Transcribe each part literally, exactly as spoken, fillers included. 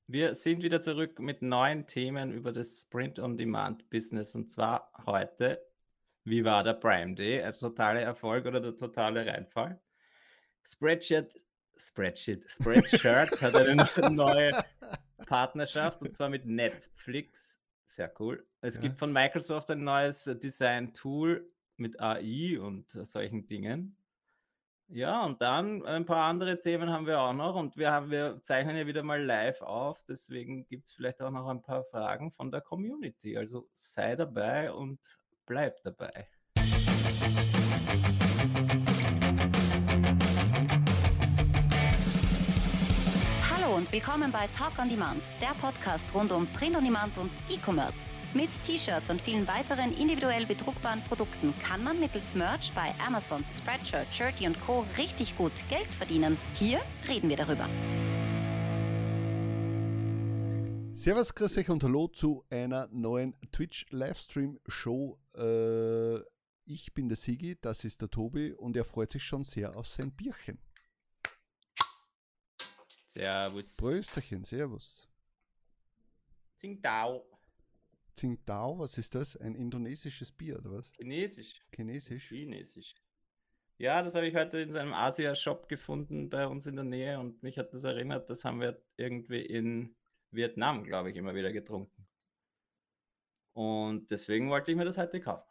Wir sind wieder zurück mit neuen Themen über das Print-on-Demand-Business und zwar heute, wie war der Prime Day? Ein totaler Erfolg oder der totale Reinfall? Spreadshirt Spreadshirt Spreadshirt hat eine neue Partnerschaft und zwar mit Netflix. Sehr cool. Es Ja. gibt von Microsoft ein neues äh, Design-Tool mit A I und äh, solchen Dingen. Ja, und dann ein paar andere Themen haben wir auch noch und wir haben wir zeichnen ja wieder mal live auf, deswegen gibt's vielleicht auch noch ein paar Fragen von der Community. Also sei dabei und bleib dabei. Hallo und willkommen bei Talk on Demand, der Podcast rund um Print on Demand und E-Commerce. Mit T-Shirts und vielen weiteren individuell bedruckbaren Produkten kann man mittels Merch bei Amazon, Spreadshirt, Shirty und Co. richtig gut Geld verdienen. Hier reden wir darüber. Servus, grüß euch und hallo zu einer neuen Twitch-Livestream-Show. Äh, ich bin der Sigi, das ist der Tobi und er freut sich schon sehr auf sein Bierchen. Servus. Prösterchen, servus. Tsingtao. Tsingtao, was ist das? Ein indonesisches Bier oder was? Chinesisch. Chinesisch? Chinesisch. Ja, das habe ich heute in seinem Asia-Shop gefunden bei uns in der Nähe und mich hat das erinnert, das haben wir irgendwie in Vietnam, glaube ich, immer wieder getrunken. Und deswegen wollte ich mir das heute kaufen.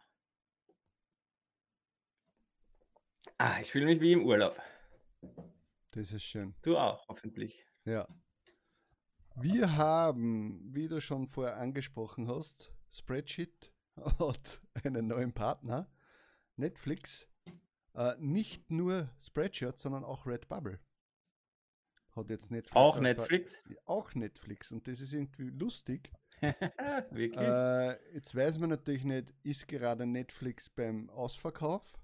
Ah, ich fühle mich wie im Urlaub. Das ist schön. Du auch, hoffentlich. Ja. Wir haben, wie du schon vorher angesprochen hast, Spreadsheet hat einen neuen Partner, Netflix. Äh, nicht nur Spreadshirt, sondern auch Redbubble. Hat jetzt Netflix. Auch Netflix? Pa- auch Netflix. Und das ist irgendwie lustig. Wirklich? Äh, jetzt weiß man natürlich nicht, ist gerade Netflix beim Ausverkauf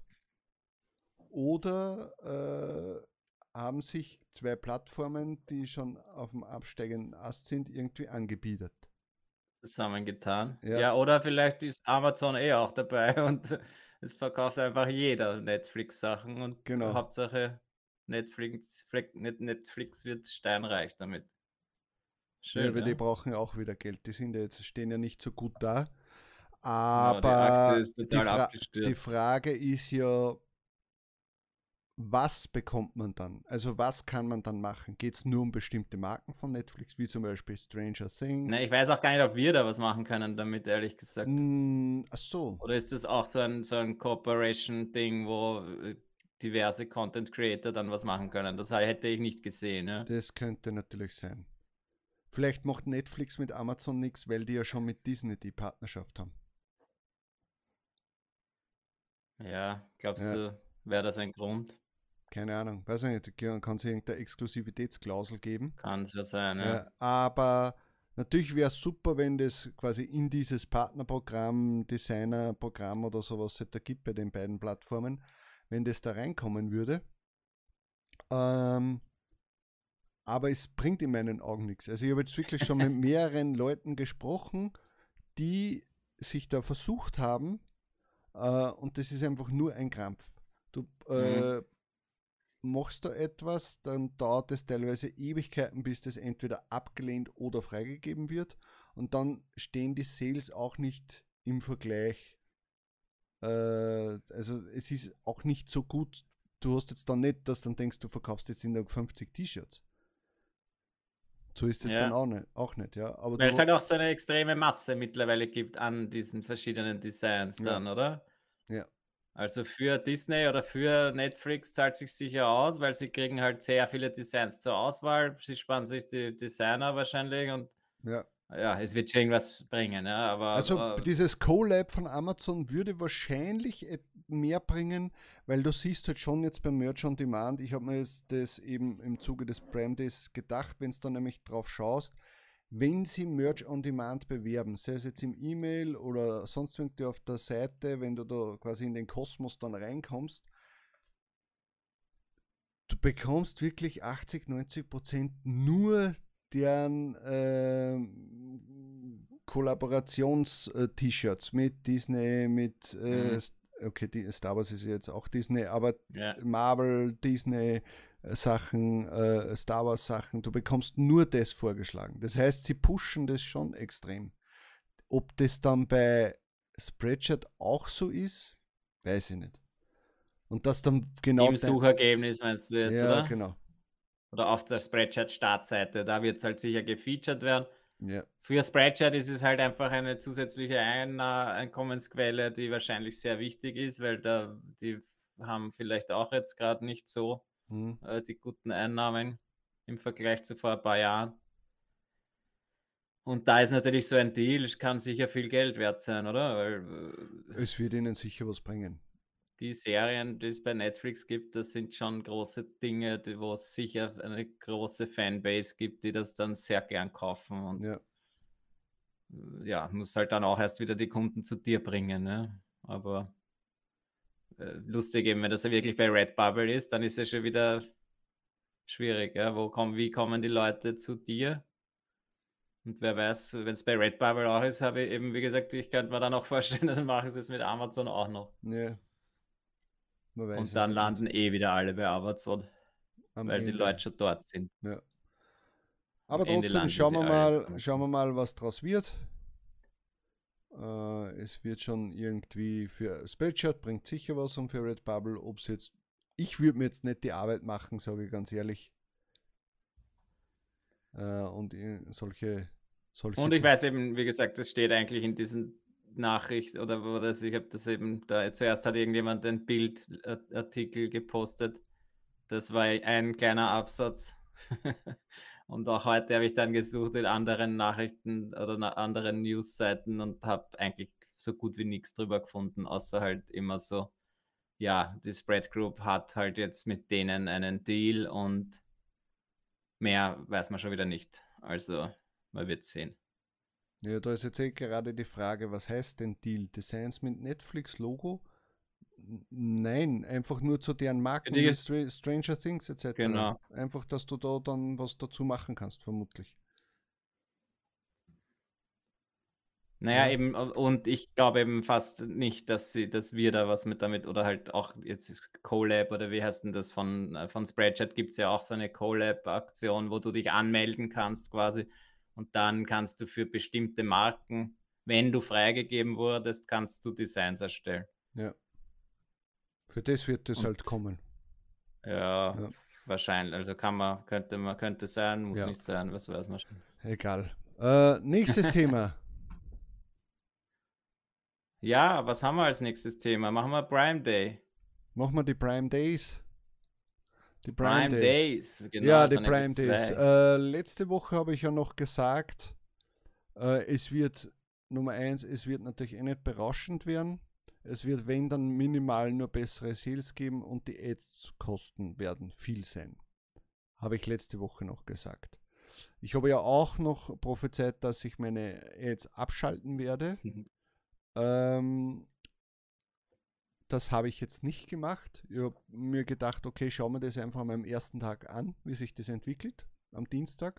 oder äh, haben sich zwei Plattformen, die schon auf dem absteigenden Ast sind, irgendwie angebietet. Zusammengetan. Ja. Ja, oder vielleicht ist Amazon eh auch dabei und es verkauft einfach jeder Netflix-Sachen und Genau. Hauptsache Netflix, Fleck- Net- Netflix wird steinreich damit. Schön, Ja, weil die ja. brauchen ja auch wieder Geld. Die sind ja jetzt, stehen ja nicht so gut da. Ja, die Aktie Aber ist die, total Fra abgestürzt. die Frage ist ja, was bekommt man dann? Also was kann man dann machen? Geht es nur um bestimmte Marken von Netflix, wie zum Beispiel Stranger Things? Ne, ich weiß auch gar nicht, ob wir da was machen können damit, ehrlich gesagt. Mm, ach so. Oder ist das auch so ein, so ein Corporation-Ding, wo äh, diverse Content Creator dann was machen können? Das hätte ich nicht gesehen. Ja, Das könnte natürlich sein. Vielleicht macht Netflix mit Amazon nichts, weil die ja schon mit Disney die Partnerschaft haben. ja, glaubst Ja, du, wäre das ein Grund? keine Ahnung. Weiß ich nicht. Kann es irgendeine Exklusivitätsklausel geben? Kann es ja sein, ja. Ja, aber natürlich wäre es super, wenn das quasi in dieses Partnerprogramm, Designerprogramm oder sowas halt da gibt bei den beiden Plattformen, wenn das da reinkommen würde. Ähm, aber es bringt in meinen Augen nichts. Also ich habe jetzt wirklich schon mit mehreren Leuten gesprochen, die sich da versucht haben äh, und das ist einfach nur ein Krampf. Du äh, Mhm. machst da etwas, dann dauert es teilweise Ewigkeiten, bis das entweder abgelehnt oder freigegeben wird. Und dann stehen die Sales auch nicht im Vergleich. Äh, also es ist auch nicht so gut. Du hast jetzt dann nicht, dass du dann denkst, du verkaufst jetzt in der fünfzig T-Shirts. So ist es dann Ja, auch nicht, auch nicht, ja. Aber weil es du, halt auch so eine extreme Masse mittlerweile gibt an diesen verschiedenen Designs ja, dann, oder? ja, Also für Disney oder für Netflix zahlt sich sicher aus, weil sie kriegen halt sehr viele Designs zur Auswahl. Sie sparen sich die Designer wahrscheinlich und ja. ja, es wird schon irgendwas bringen, ja, Also aber äh, dieses Collab von Amazon würde wahrscheinlich mehr bringen, weil du siehst halt schon jetzt beim Merch on Demand, ich habe mir jetzt das eben im Zuge des Prime Days gedacht, wenn du da nämlich drauf schaust, wenn sie Merch on Demand bewerben, sei es jetzt im E-Mail oder sonst irgendwie auf der Seite, wenn du da quasi in den Kosmos dann reinkommst, du bekommst wirklich achtzig, neunzig Prozent nur deren äh, Kollaborations-T-Shirts mit Disney, mit äh, mhm, okay, die, Star Wars ist jetzt auch Disney, aber ja. Marvel, Disney, Sachen, äh, Star Wars Sachen, du bekommst nur das vorgeschlagen. Das heißt, sie pushen das schon extrem. Ob das dann bei Spreadshirt auch so ist, weiß ich nicht. Und das dann genau... Im Suchergebnis meinst du jetzt, ja, oder? Genau. Oder auf der Spreadshirt-Startseite, da wird es halt sicher gefeatured werden. Ja. Für Spreadshirt ist es halt einfach eine zusätzliche Ein- Einkommensquelle, die wahrscheinlich sehr wichtig ist, weil da die haben vielleicht auch jetzt gerade nicht so Hm. äh, die guten Einnahmen im Vergleich zu vor ein paar Jahren. Und da ist natürlich so ein Deal, kann sicher viel Geld wert sein, oder? Weil äh, Es wird ihnen sicher was bringen. die Serien, die es bei Netflix gibt, das sind schon große Dinge, die, wo es sicher eine große Fanbase gibt, die das dann sehr gern kaufen. Und Ja. ja, muss halt dann auch erst wieder die Kunden zu dir bringen. Ne? Aber äh, lustig eben, wenn das ja wirklich bei Redbubble ist, dann ist es schon wieder schwierig. Ja? Wo kommen, wie kommen die Leute zu dir? Und wer weiß, wenn es bei Redbubble auch ist, habe ich eben, wie gesagt, ich könnte mir dann auch vorstellen, dann mache ich es mit Amazon auch noch. Ja. Man weiß Und dann es landen nicht. eh wieder alle bei Amazon, Am weil die Ende. Leute schon dort sind. Ja. Am Aber Ende trotzdem landen schauen sie wir, alle mal, bei Amazon. schauen wir mal, was draus wird. Äh, es wird schon irgendwie für Spreadshirt bringt sicher was und für Redbubble, ob es jetzt. Ich würde mir jetzt nicht die Arbeit machen, sage ich ganz ehrlich. Äh, und in solche, solche. Und ich weiß eben, wie gesagt, das steht eigentlich in diesen Nachricht oder wo das, ich habe das eben, da zuerst hat irgendjemand einen Bildartikel gepostet. Das war ein kleiner Absatz. Und auch heute habe ich dann gesucht in anderen Nachrichten oder na- anderen Newsseiten und habe eigentlich so gut wie nichts drüber gefunden, außer halt immer so, ja, die Spread Group hat halt jetzt mit denen einen Deal und mehr weiß man schon wieder nicht. Also, man wird sehen. Ja, da ist jetzt eh gerade die Frage, was heißt denn Deal? Designs mit Netflix-Logo? N- Nein, einfach nur zu deren Marken die- wie Stra- Stranger Things et cetera. Genau. Einfach, dass du da dann was dazu machen kannst, vermutlich. Naja, Ja. eben, und ich glaube eben fast nicht, dass sie, dass wir da was mit damit oder halt auch jetzt ist Collab oder wie heißt denn das von, äh, von Spreadshirt gibt es ja auch so eine Collab-Aktion, wo du dich anmelden kannst quasi und dann kannst du für bestimmte Marken, wenn du freigegeben wurdest, kannst du Designs erstellen. Ja. Für das wird es Und- halt kommen. Ja, Ja. wahrscheinlich. Also kann man, könnte man, könnte sein, muss Ja. nicht sein, was weiß man schon. Egal. Äh, nächstes Thema. Ja, was haben wir als nächstes Thema? Machen wir Prime Day. Machen wir die Prime Days. Die Prime, Prime, Days. Days. Genau, Ja, es die waren nämlich Prime Days. zwei. Äh, letzte Woche habe ich ja noch gesagt, äh, es wird, Nummer eins, es wird natürlich eh nicht berauschend werden. Es wird, wenn dann minimal nur bessere Sales geben und die Ads-Kosten werden viel sein. Habe ich letzte Woche noch gesagt. Ich habe ja auch noch prophezeit, dass ich meine Ads abschalten werde. Ähm, das habe ich jetzt nicht gemacht. Ich habe mir gedacht, okay, schauen wir das einfach mal am ersten Tag an, wie sich das entwickelt, am Dienstag.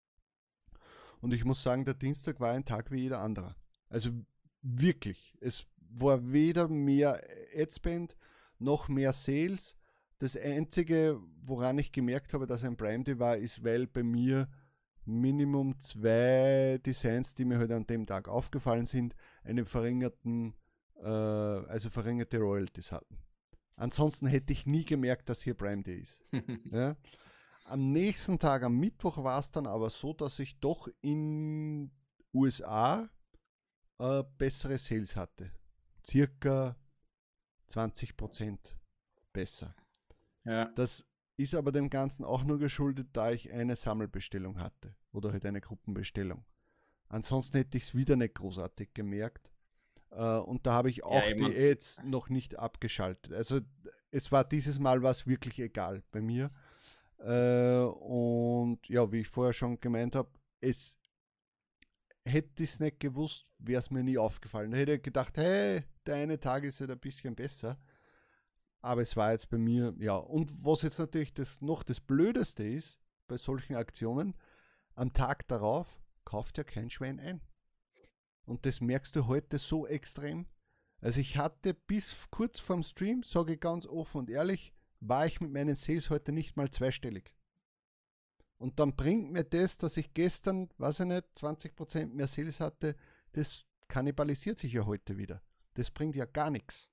Und ich muss sagen, der Dienstag war ein Tag wie jeder andere. Also wirklich, es war weder mehr Adspend noch mehr Sales. Das Einzige, woran ich gemerkt habe, dass ein Prime Day war, ist, weil bei mir Minimum zwei Designs, die mir heute an dem Tag aufgefallen sind, einen verringerten, äh, also verringerte Royalties hatten. Ansonsten hätte ich nie gemerkt, dass hier Prime Day ist. Ja? Am nächsten Tag, am Mittwoch, war es dann aber so, dass ich doch in U S A äh, bessere Sales hatte. Circa zwanzig Prozent besser. Ja. Das ist aber dem Ganzen auch nur geschuldet, da ich eine Sammelbestellung hatte oder halt eine Gruppenbestellung. Ansonsten hätte ich es wieder nicht großartig gemerkt. Äh, und da habe ich auch Ja, die Ads noch nicht abgeschaltet. Also es war dieses Mal was wirklich egal bei mir. Äh, und ja, wie ich vorher schon gemeint habe, es hätte ich es nicht gewusst, wäre es mir nie aufgefallen. Da hätte ich gedacht, hey, der eine Tag ist halt ein bisschen besser. Aber es war jetzt bei mir, ja. Und was jetzt natürlich das, noch das Blödeste ist, bei solchen Aktionen, am Tag darauf kauft ja kein Schwein ein. Und das merkst du heute so extrem. Also ich hatte bis kurz vorm Stream, sage ich ganz offen und ehrlich, war ich mit meinen Sales heute nicht mal zweistellig. Und dann bringt mir das, dass ich gestern, weiß ich nicht, zwanzig Prozent mehr Sales hatte, das kannibalisiert sich ja heute wieder. Das bringt ja gar nichts.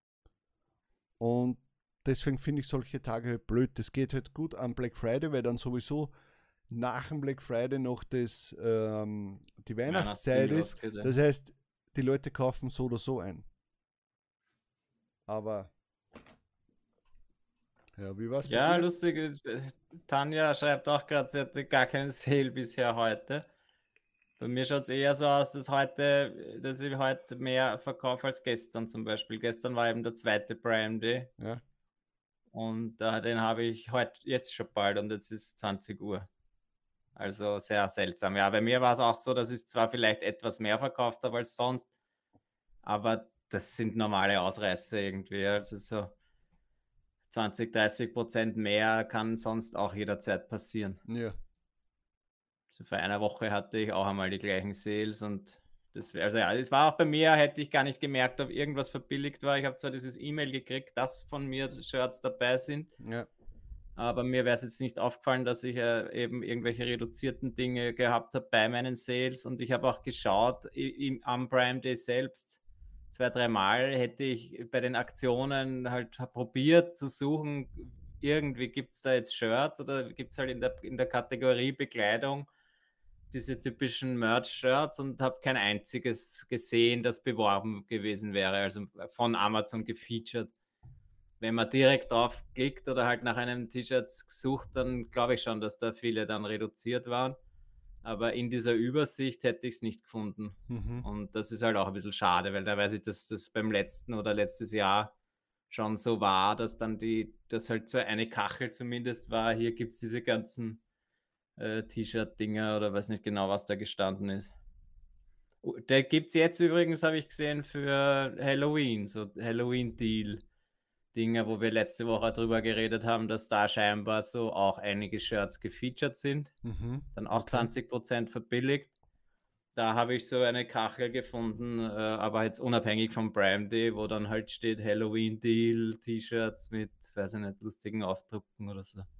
Und deswegen finde ich solche Tage halt blöd. Das geht halt gut am Black Friday, weil dann sowieso nach dem Black Friday noch das, ähm, die Weihnachtszeit ist. Das heißt, die Leute kaufen so oder so ein. Aber ja, wie war's? Ja, lustig. Tanja schreibt auch gerade, sie hatte gar keinen Sale bisher heute. Bei mir schaut es eher so aus, dass heute, dass ich heute mehr verkaufe als gestern zum Beispiel. Gestern war eben der zweite Prime Day. Ja. Und äh, den habe ich heute jetzt schon bald und jetzt ist zwanzig Uhr. Also sehr seltsam. Ja, bei mir war es auch so, dass ich zwar vielleicht etwas mehr verkauft habe als sonst, aber das sind normale Ausreißer irgendwie. Also so zwanzig, dreißig Prozent mehr kann sonst auch jederzeit passieren. Ja. Also vor einer Woche hatte ich auch einmal die gleichen Sales und das, also ja, es war auch bei mir, hätte ich gar nicht gemerkt, ob irgendwas verbilligt war. Ich habe zwar dieses E-Mail gekriegt, dass von mir Shirts dabei sind, Ja. aber mir wäre es jetzt nicht aufgefallen, dass ich äh, eben irgendwelche reduzierten Dinge gehabt habe bei meinen Sales und ich habe auch geschaut im, am Prime Day selbst. Zwei, dreimal hätte ich bei den Aktionen halt probiert zu suchen, irgendwie gibt es da jetzt Shirts oder gibt es halt in der, in der Kategorie Bekleidung diese typischen Merch-Shirts und habe kein einziges gesehen, das beworben gewesen wäre, also von Amazon gefeatured. Wenn man direkt drauf klickt oder halt nach einem T-Shirt sucht, dann glaube ich schon, dass da viele dann reduziert waren. Aber in dieser Übersicht hätte ich es nicht gefunden. Mhm. Und das ist halt auch ein bisschen schade, weil da weiß ich, dass das beim letzten oder letztes Jahr schon so war, dass dann die, dass halt so eine Kachel zumindest war, hier gibt es diese ganzen äh, T-Shirt-Dinger oder weiß nicht genau, was da gestanden ist. Da gibt es jetzt übrigens, habe ich gesehen, für Halloween, so Halloween-Deal. Dinger, wo wir letzte Woche drüber geredet haben, dass da scheinbar so auch einige Shirts gefeatured sind. Mhm. Dann auch Okay. zwanzig Prozent verbilligt. Da habe ich so eine Kachel gefunden, äh, aber jetzt unabhängig vom Prime Day, wo dann halt steht Halloween Deal, T-Shirts mit, weiß ich nicht, lustigen Aufdrucken oder so.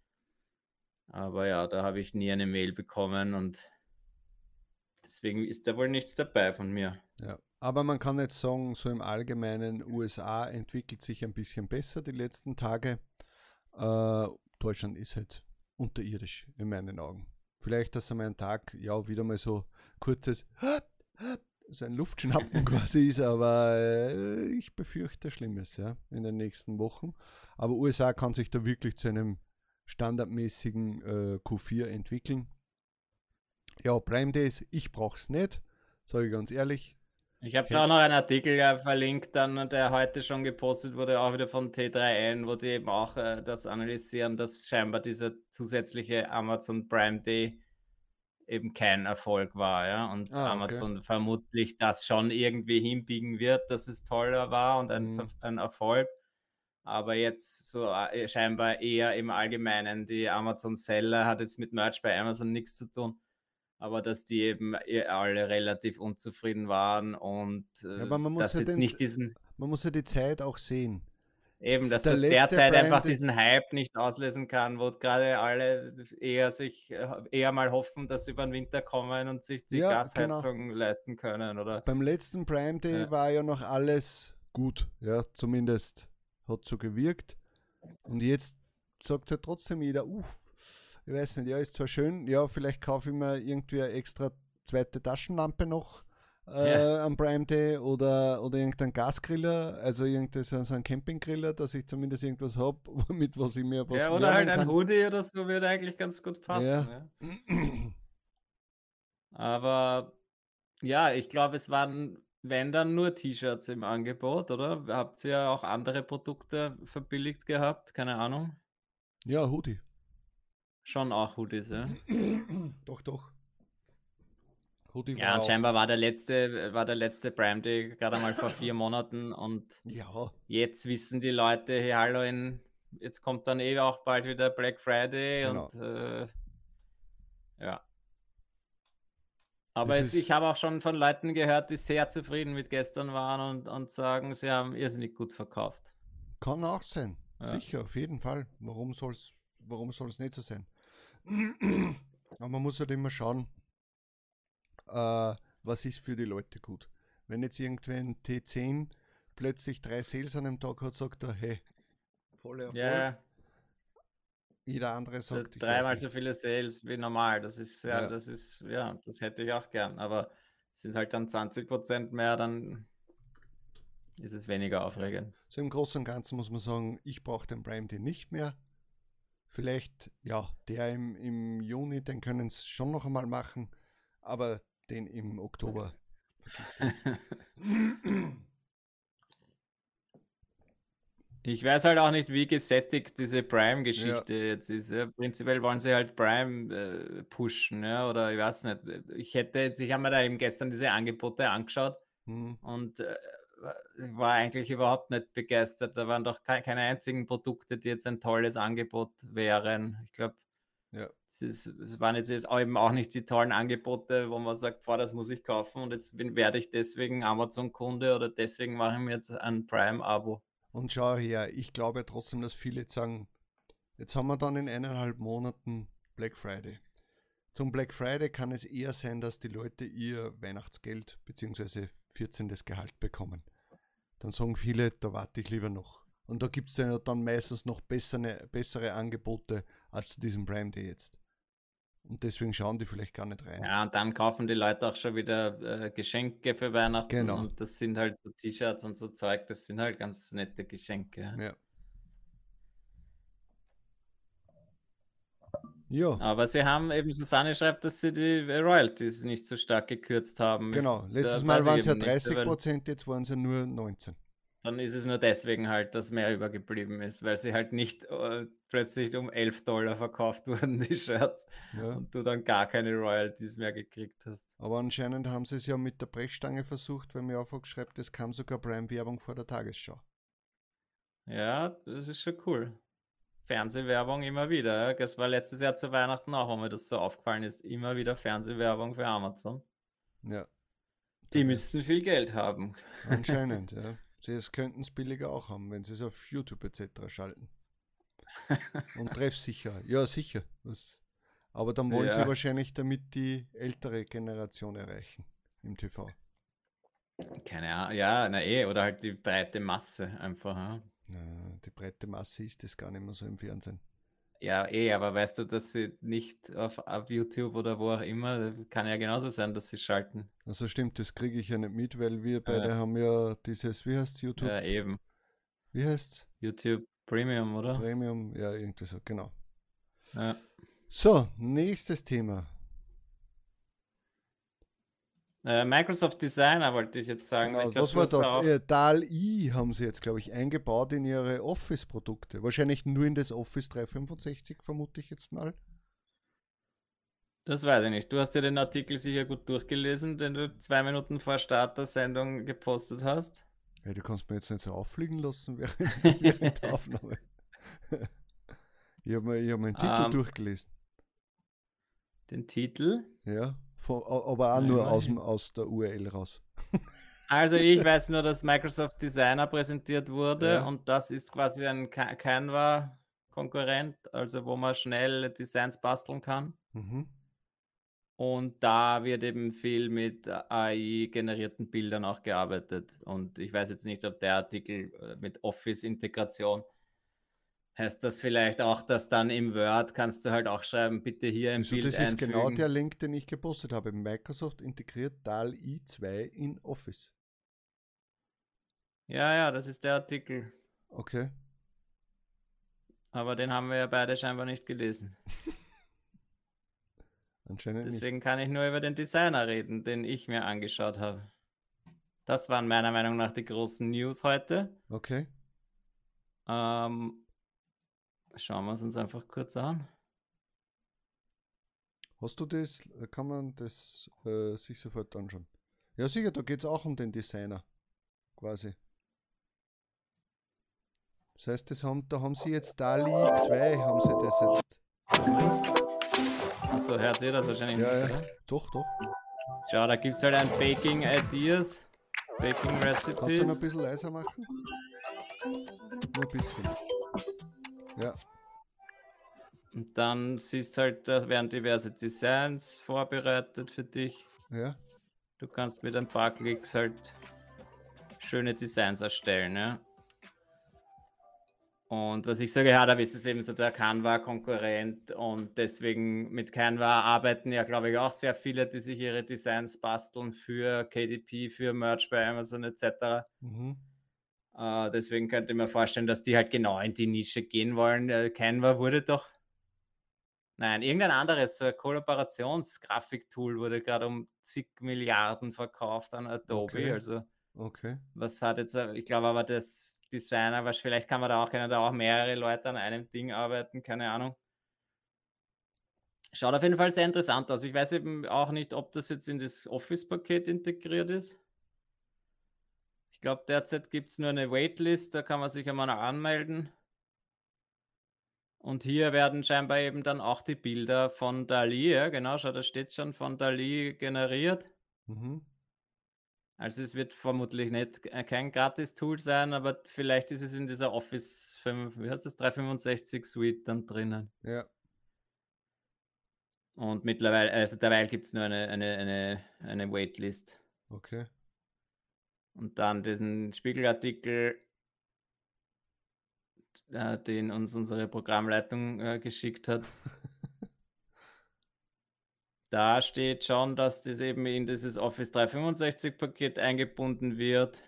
Aber ja, da habe ich nie eine Mail bekommen und deswegen ist da wohl nichts dabei von mir. Ja. Aber man kann jetzt sagen, so im Allgemeinen, U S A entwickelt sich ein bisschen besser die letzten Tage. Äh, Deutschland ist halt unterirdisch in meinen Augen. Vielleicht, dass einmal ein Tag, ja, wieder mal so kurzes, so ein Luftschnappen quasi ist, aber äh, ich befürchte Schlimmes, ja, in den nächsten Wochen. Aber U S A kann sich da wirklich zu einem standardmäßigen äh, Q vier entwickeln. Ja, Prime Days, ich brauche es nicht, sage ich ganz ehrlich. Ich habe da auch noch einen Artikel äh, verlinkt, dann, der heute schon gepostet wurde, auch wieder von T drei N, wo die eben auch äh, das analysieren, dass scheinbar dieser zusätzliche Amazon Prime Day eben kein Erfolg war, ja, und Ah, okay. Amazon vermutlich das schon irgendwie hinbiegen wird, dass es toller war und ein, Mhm. ein Erfolg, aber jetzt so äh, scheinbar eher im Allgemeinen, die Amazon-Seller hat jetzt mit Merch bei Amazon nichts zu tun, aber dass die eben alle relativ unzufrieden waren und äh, Ja, aber man muss dass ja jetzt den, nicht diesen, man muss ja die Zeit auch sehen. eben, dass Der das letzte derzeit Prime einfach Day- diesen Hype nicht auslösen kann, wo gerade alle eher sich äh, eher mal hoffen, dass sie über den Winter kommen und sich die Ja, Gasheizung leisten können, oder? Beim letzten Prime Day Ja. war ja noch alles gut, ja, zumindest hat so gewirkt. Und jetzt sagt halt trotzdem jeder, uff, ich weiß nicht, ja, ist zwar schön, ja, vielleicht kaufe ich mir irgendwie eine extra zweite Taschenlampe noch äh, Ja. am Prime Day oder, oder irgendein Gasgriller, also irgendein so ein Campinggriller, dass ich zumindest irgendwas habe, mit was ich mir was Ja, oder wärmen halt ein kann. Hoodie oder so würde eigentlich ganz gut passen. Ja. Aber ja, ich glaube, es waren, wenn dann nur T-Shirts im Angebot, oder? Habt ihr auch andere Produkte verbilligt gehabt? Keine Ahnung. Ja, Hoodie. Schon auch Hoodies, ja. Doch, doch. Hoodie Ja, war und auch, scheinbar war der letzte, war der letzte Prime Day gerade mal vor vier Monaten und ja, jetzt wissen die Leute, hey, hallo, in, jetzt kommt dann eh auch bald wieder Black Friday Genau. und äh, ja. Aber Das es, ist- ich habe auch schon von Leuten gehört, die sehr zufrieden mit gestern waren und, und sagen, sie haben irrsinnig gut verkauft. kann auch sein. Ja. Sicher, auf jeden Fall. Warum soll es warum soll's nicht so sein? Aber man muss halt immer schauen, äh, was ist für die Leute gut. Wenn jetzt irgendwer ein T zehn plötzlich drei Sales an einem Tag hat, sagt er, hey, voller Erfolg. Ja, Jeder andere sagt, ich weiß dreimal nicht. so viele Sales wie normal. Das ist ja, Ja. das ist, ja, das hätte ich auch gern. Aber sind es halt dann zwanzig Prozent mehr, dann ist es weniger aufregend. So im Großen und Ganzen muss man sagen, ich brauche den Prime Day nicht mehr. Vielleicht, ja, der im, im Juni, den können sie schon noch einmal machen, aber den im Oktober, vergiss das. Ich weiß halt auch nicht, wie gesättigt diese Prime-Geschichte jetzt ist. Ja. Prinzipiell wollen sie halt Prime äh, pushen, ja, oder ich weiß nicht. Ich hätte jetzt, ich habe mir da eben gestern diese Angebote angeschaut Hm. und äh, war eigentlich überhaupt nicht begeistert. Da waren doch ke keine einzigen Produkte, die jetzt ein tolles Angebot wären. Ich glaube, Ja. es, ist, es waren jetzt eben auch nicht die tollen Angebote, wo man sagt, boah, das muss ich kaufen und jetzt bin, werde ich deswegen Amazon-Kunde oder deswegen mache ich mir jetzt ein Prime-Abo. Und schau her, ich glaube ja trotzdem, dass viele jetzt sagen, jetzt haben wir dann in eineinhalb Monaten Black Friday. Zum Black Friday kann es eher sein, dass die Leute ihr Weihnachtsgeld bzw. vierzehntes Gehalt bekommen. Dann sagen viele, da warte ich lieber noch. Und da gibt es ja dann meistens noch bessere, bessere Angebote als zu diesem Prime Day jetzt. Und deswegen schauen die vielleicht gar nicht rein. Ja, und dann kaufen die Leute auch schon wieder äh, Geschenke für Weihnachten. Genau. Und das sind halt so T-Shirts und so Zeug, das sind halt ganz nette Geschenke. Ja. Ja, Aber sie haben eben, Susanne schreibt, dass sie die Royalties nicht so stark gekürzt haben. genau. Ich- Letztes da Mal weiß waren ich es ja eben nicht, dreißig weil Prozent, jetzt waren es ja nur neunzehn. Dann ist es nur deswegen halt, dass mehr übergeblieben ist, weil sie halt nicht äh, plötzlich um elf Dollar verkauft wurden, die Shirts, Ja. und du dann gar keine Royalties mehr gekriegt hast. Aber anscheinend haben sie es ja mit der Brechstange versucht, weil mir auch schreibt, es kam sogar Prime-Werbung vor der Tagesschau. Ja, das ist schon cool. Fernsehwerbung immer wieder. Ja. Das war letztes Jahr zu Weihnachten auch, wo mir das so aufgefallen ist. Immer wieder Fernsehwerbung für Amazon. Ja. Die Ja. müssen viel Geld haben. Anscheinend, ja. Sie könnten es billiger auch haben, wenn sie es auf YouTube et cetera schalten. Und treffsicher. Ja, sicher. Das, aber dann wollen sie Ja. wahrscheinlich damit die ältere Generation erreichen im T V. Keine Ahnung. Ja, na eh. Oder halt die breite Masse einfach. Ja. Na, die breite Masse ist es gar nicht mehr so im Fernsehen. Ja, eh, aber weißt du, dass sie nicht auf, auf YouTube oder wo auch immer, kann ja genauso sein, dass sie schalten. Also stimmt, das kriege ich ja nicht mit, weil wir Ja. beide haben ja dieses, wie heißt YouTube? Ja, eben. Wie heißt's? YouTube Premium, oder? Premium, ja, irgendwie so, genau. Ja. So, nächstes Thema. Äh, Microsoft Designer wollte ich jetzt sagen. Genau, ich glaub, was du war hast da da? auch- Äh, D A L I haben sie jetzt, glaube ich, eingebaut in ihre Office-Produkte. Wahrscheinlich nur in das Office dreihundertfünfundsechzig, vermute ich jetzt mal. Das weiß ich nicht. Du hast ja den Artikel sicher gut durchgelesen, den du zwei Minuten vor Start der Sendung gepostet hast. Ja, du kannst mir jetzt nicht so auffliegen lassen während, während der Aufnahme. Ich habe mir, ich hab mir den Titel Ähm. durchgelesen. Den Titel. Ja, von, aber auch Na, nur aus, immerhin. dem- aus der U R L raus. Also ich weiß nur, dass Microsoft Designer präsentiert wurde Ja. und das ist quasi ein Ca- Canva-Konkurrent, also wo man schnell Designs basteln kann. Mhm. Und da wird eben viel mit A I-generierten Bildern auch gearbeitet. Und ich weiß jetzt nicht, ob der Artikel äh, mit Office-Integration heißt das vielleicht auch, dass dann im Word kannst du halt auch schreiben, bitte hier ein Also Bild das ist einfügen. genau der Link, den ich gepostet habe. Microsoft integriert D A L I zwei in Office. Ja, ja, das ist der Artikel. Okay. Aber den haben wir ja beide scheinbar nicht gelesen. Anscheinend nicht. Deswegen kann ich nur über den Designer reden, den ich mir angeschaut habe. Das waren meiner Meinung nach die großen News heute. Okay. Ähm, schauen wir es uns einfach kurz an. Hast du das, kann man das äh, sich sofort anschauen? Ja sicher, da geht es auch um den Designer. Quasi. Das heißt, das haben, da haben sie jetzt D A L I zwei, haben sie das jetzt. Achso, hört ihr das wahrscheinlich Ja, nicht, ja. oder? Doch, doch. Schau, da gibt es halt ein Baking Ideas, Baking Kannst du noch ein Recipes. bisschen leiser machen? Nur ein bisschen. Ja. Und dann siehst halt, da werden diverse Designs vorbereitet für dich. Ja. Du kannst mit ein paar Klicks halt schöne Designs erstellen, ja. Und was ich so gehört habe, ist es eben so der Canva-Konkurrent und deswegen mit Canva arbeiten ja, glaube ich, auch sehr viele, die sich ihre Designs basteln für K D P, für Merch bei Amazon et cetera. Mhm. Äh, deswegen könnte ich mir vorstellen, dass die halt genau in die Nische gehen wollen. Äh, Canva wurde doch, nein, irgendein anderes äh, Kollaborationsgrafiktool wurde gerade um zig Milliarden verkauft an Adobe. Okay. Also Okay. was hat jetzt, äh, ich glaube aber das Designer, was vielleicht kann man da auch, können da auch mehrere Leute an einem Ding arbeiten, keine Ahnung. Schaut auf jeden Fall sehr interessant aus. Ich weiß eben auch nicht, ob das jetzt in das Office-Paket integriert ist. Ich glaube, derzeit gibt es nur eine Waitlist, da kann man sich einmal anmelden. Und hier werden scheinbar eben dann auch die Bilder von DALL-E, ja genau, schau, da steht schon von DALL-E generiert. Mhm. Also es wird vermutlich nicht äh, kein Gratis-Tool sein, aber vielleicht ist es in dieser Office fünf, wie heißt das, dreihundertfünfundsechzig Suite dann drinnen. Ja. Und mittlerweile, also derweil gibt es nur eine, eine, eine, eine Waitlist. Okay. Und dann diesen Spiegelartikel, äh, den uns unsere Programmleitung äh, geschickt hat. Da steht schon, dass das eben in dieses Office dreihundertfünfundsechzig Paket eingebunden wird.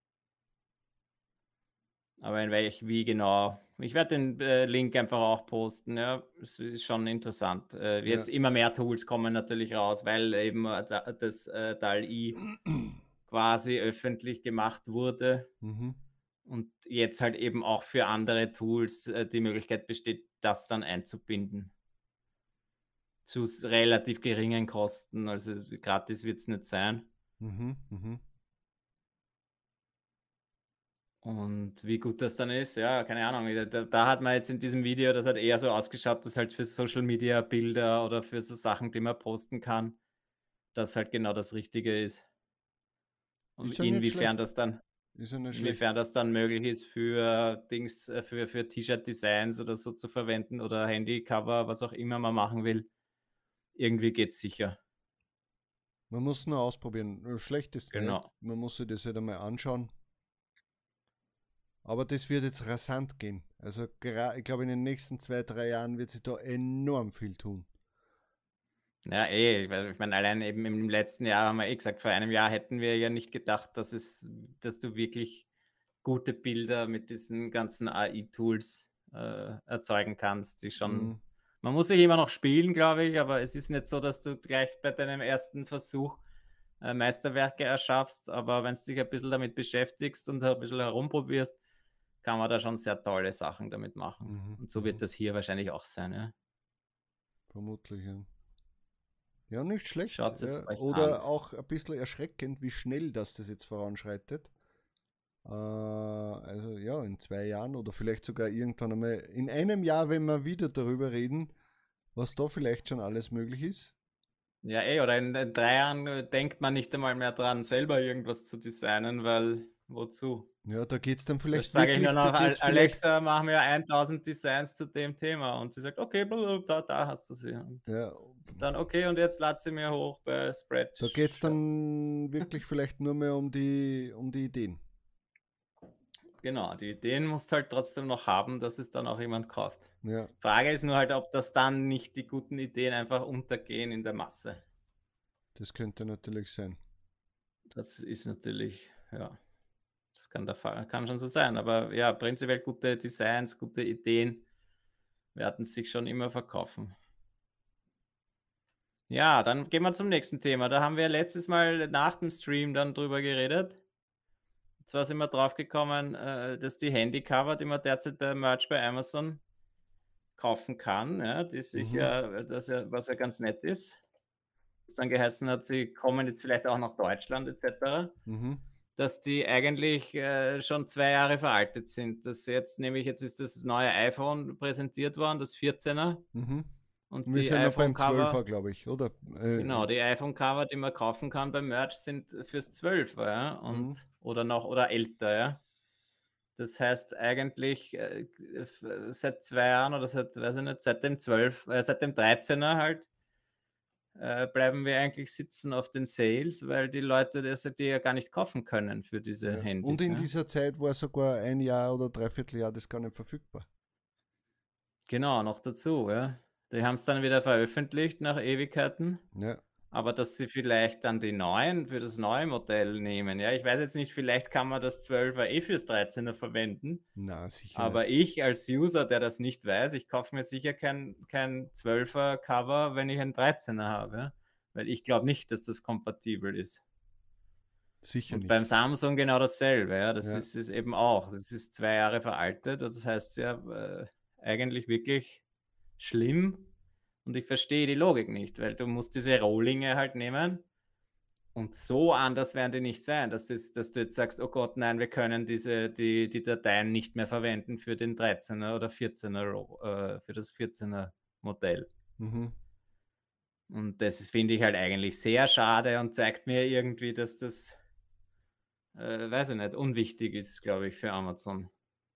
Aber in welch, wie genau? Ich werde den äh, Link einfach auch posten. Ja, es ist schon interessant. Äh, jetzt Ja. immer mehr Tools kommen natürlich raus, weil eben äh, da- das äh, DALL-E quasi öffentlich gemacht wurde Mhm. und jetzt halt eben auch für andere Tools äh, die Möglichkeit besteht, das dann einzubinden. Zu s- relativ geringen Kosten, also gratis wird es nicht sein. Mhm. Mhm. Und wie gut das dann ist, ja, keine Ahnung. Da, da hat man jetzt in diesem Video, das hat eher so ausgeschaut, dass halt für Social Media Bilder oder für so Sachen, die man posten kann, das halt genau das Richtige ist. Und Ist ja nicht inwiefern schlecht. das dann, Ist ja nicht schlecht. inwiefern das dann möglich ist für Dings, äh, für, für T-Shirt-Designs oder so zu verwenden oder Handycover, was auch immer man machen will. Irgendwie geht's sicher. Man muss nur ausprobieren. Schlecht ist nicht. Genau. Man muss sich das halt einmal anschauen. Aber das wird jetzt rasant gehen. Also gera- ich glaube, in den nächsten zwei, drei Jahren wird sich da enorm viel tun. Ja, eh, weil ich meine, allein eben im letzten Jahr haben wir eh gesagt, vor einem Jahr hätten wir ja nicht gedacht, dass es, dass du wirklich gute Bilder mit diesen ganzen A I-Tools äh, erzeugen kannst, die schon. Mhm. Man muss sich immer noch spielen, glaube ich, aber es ist nicht so, dass du gleich bei deinem ersten Versuch äh, Meisterwerke erschaffst, aber wenn du dich ein bisschen damit beschäftigst und ein bisschen herumprobierst, kann man da schon sehr tolle Sachen damit machen. Mhm. Und so Mhm. wird das hier wahrscheinlich auch sein. Ja. Vermutlich, ja. Ja, nicht schlecht. Schaut es Ja. euch Oder an. auch ein bisschen erschreckend, wie schnell das, das jetzt voranschreitet. Äh, also ja, in zwei Jahren oder vielleicht sogar irgendwann einmal in einem Jahr, wenn wir wieder darüber reden, was da vielleicht schon alles möglich ist. Ja, eh, oder in, in drei Jahren äh, denkt man nicht einmal mehr dran, selber irgendwas zu designen, weil wozu? Ja, da geht es dann Da vielleicht sage ich wirklich, nur da noch, Al- geht's vielleicht, Alexa, mach mir tausend Designs zu dem Thema. Und sie sagt, okay, blablabla, da, da hast du sie. Und ja, dann, okay, und jetzt lad sie mir hoch bei Spreadshirt. da geht es dann wirklich vielleicht nur mehr um die, um die Ideen. Genau, die Ideen musst du halt trotzdem noch haben, dass es dann auch jemand kauft. Ja, Frage ist nur halt, ob das dann nicht die guten Ideen einfach untergehen in der Masse. das könnte natürlich sein. Das ist natürlich, ja, das kann, der Fall, kann schon so sein. Aber ja, prinzipiell gute Designs, gute Ideen werden sich schon immer verkaufen. Ja, dann gehen wir zum nächsten Thema. Da haben wir letztes Mal nach dem Stream dann drüber geredet. Und zwar sind wir drauf gekommen, äh, dass die Handycover, die man derzeit bei Merch bei Amazon kaufen kann, ja, die sich Mhm. ja, das ja, was ja ganz nett ist. Das dann geheißen hat, sie kommen jetzt vielleicht auch nach Deutschland et cetera, Mhm. dass die eigentlich äh, schon zwei Jahre veraltet sind. Das jetzt nämlich, jetzt ist das neue iPhone präsentiert worden, das vierzehner. Mhm. Und Wir die sind noch beim iPhone-Cover, zwölfer, glaube ich, oder? Äh, genau, die iPhone-Cover, die man kaufen kann beim Merch, sind fürs zwölfer, ja, und Mhm. oder noch oder älter, ja. Das heißt eigentlich äh, f- seit zwei Jahren oder seit, weiß ich nicht, seit dem zwölf, äh, seit dem dreizehner halt, äh, bleiben wir eigentlich sitzen auf den Sales, weil die Leute das die ja gar nicht kaufen können für diese Ja. Und Handys. in Ja. dieser Zeit war sogar ein Jahr oder dreiviertel Jahr das gar nicht verfügbar. Genau, noch dazu, ja. Die haben es dann wieder veröffentlicht nach Ewigkeiten. Ja. Aber dass sie vielleicht dann die neuen für das neue Modell nehmen. Ja, ich weiß jetzt nicht, vielleicht kann man das zwölfer eh fürs dreizehner verwenden. Na, sicher Aber nicht. ich als User, der das nicht weiß, ich kaufe mir sicher kein, kein zwölfer Cover, wenn ich ein dreizehner habe. Ja? Weil ich glaube nicht, dass das kompatibel ist. Sicher Und nicht. beim Samsung genau dasselbe. Ja? Das Ja. ist, ist eben auch. Das ist zwei Jahre veraltet. Das heißt ja äh, eigentlich wirklich schlimm. Und ich verstehe die Logik nicht, weil du musst diese Rohlinge halt nehmen und so anders werden die nicht sein, dass, das, dass du jetzt sagst, oh Gott, nein, wir können diese, die, die Dateien nicht mehr verwenden für den dreizehner oder vierzehner, äh, für das vierzehner Modell. Mhm. Und das finde ich halt eigentlich sehr schade und zeigt mir irgendwie, dass das, äh, weiß ich nicht, unwichtig ist, glaube ich, für Amazon.